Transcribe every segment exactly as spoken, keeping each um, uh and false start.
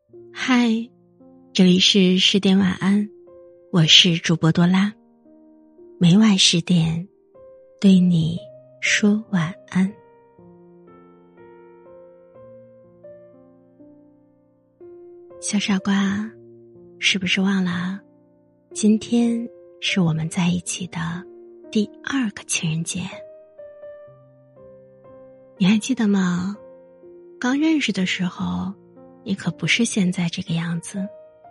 嗨，这里是十点晚安，我是主播多拉，每晚十点对你说晚安。小傻瓜，是不是忘了今天是我们在一起的第二个情人节？你还记得吗？刚认识的时候，你可不是现在这个样子。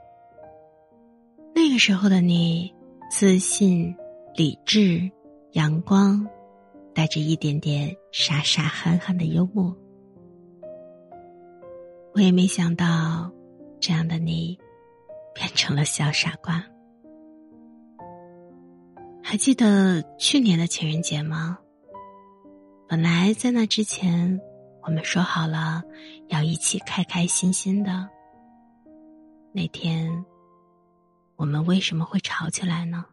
那个时候的你，自信、理智、阳光，带着一点点傻傻憨憨的幽默。我也没想到，这样的你变成了小傻瓜。还记得去年的情人节吗？本来在那之前，我们说好了要一起开开心心的。那天，我们为什么会吵起来呢？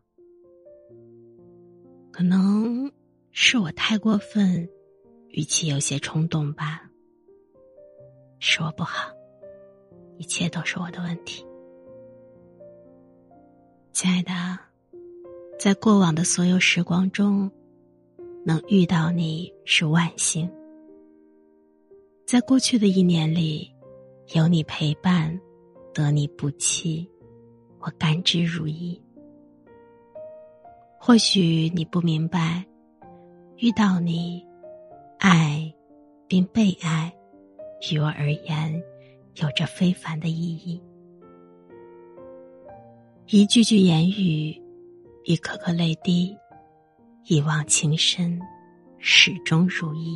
可能是我太过分，语气有些冲动吧。是我不好，一切都是我的问题。亲爱的，在过往的所有时光中，能遇到你是万幸。在过去的一年里，有你陪伴，得你不弃，我甘之如饴。或许你不明白，遇到你，爱并被爱，于我而言有着非凡的意义。一句句言语，一颗颗泪滴，一往情深，始终如一。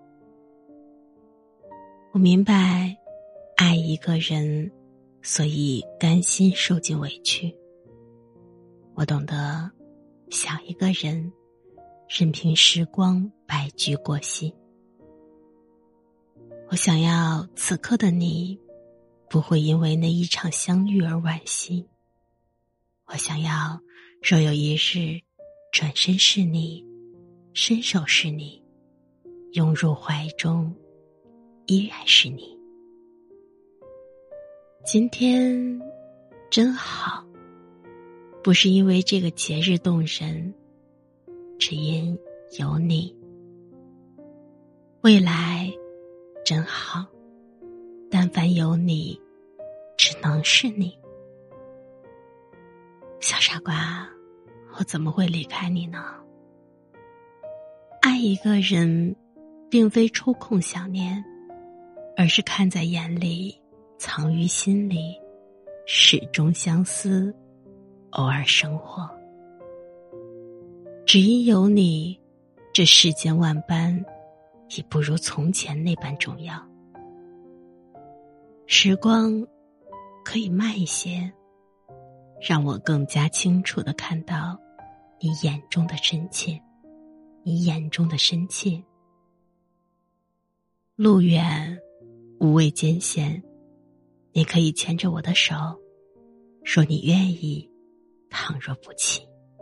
我明白，爱一个人，所以甘心受尽委屈。我懂得，想一个人，任凭时光白驹过隙。我想要此刻的你，不会因为那一场相遇而惋惜。我想要，若有一日，转身是你，伸手是你，拥入怀中，依然是你。今天真好，不是因为这个节日动人，只因有你。未来真好，但凡有你，只能是你。小傻瓜，我怎么会离开你呢？爱一个人，并非抽空想念，而是看在眼里，藏于心里，始终相思，偶尔生活。只因有你，这世间万般，已不如从前那般重要。时光可以慢一些，让我更加清楚地看到你眼中的深切，你眼中的深切。路远，无畏艰险，你可以牵着我的手，说你愿意，倘若不弃。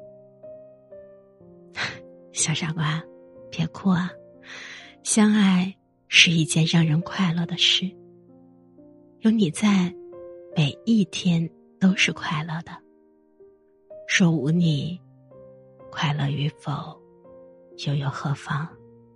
小傻瓜，别哭啊！相爱是一件让人快乐的事，有你在，每一天都是快乐的。若无你，快乐与否，又有何妨？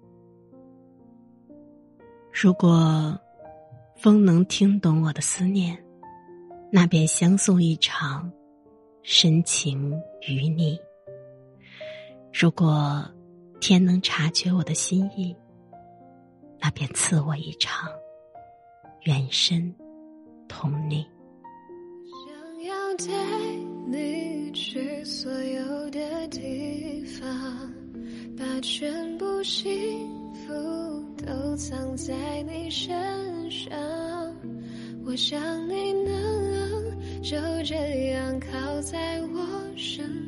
如果风能听懂我的思念，那便相送一场深情与你。如果天能察觉我的心意，那便赐我一场缘深同你。 想要带你去所有的地方，把全部幸福都藏在你身上。我想你能就这样靠在我身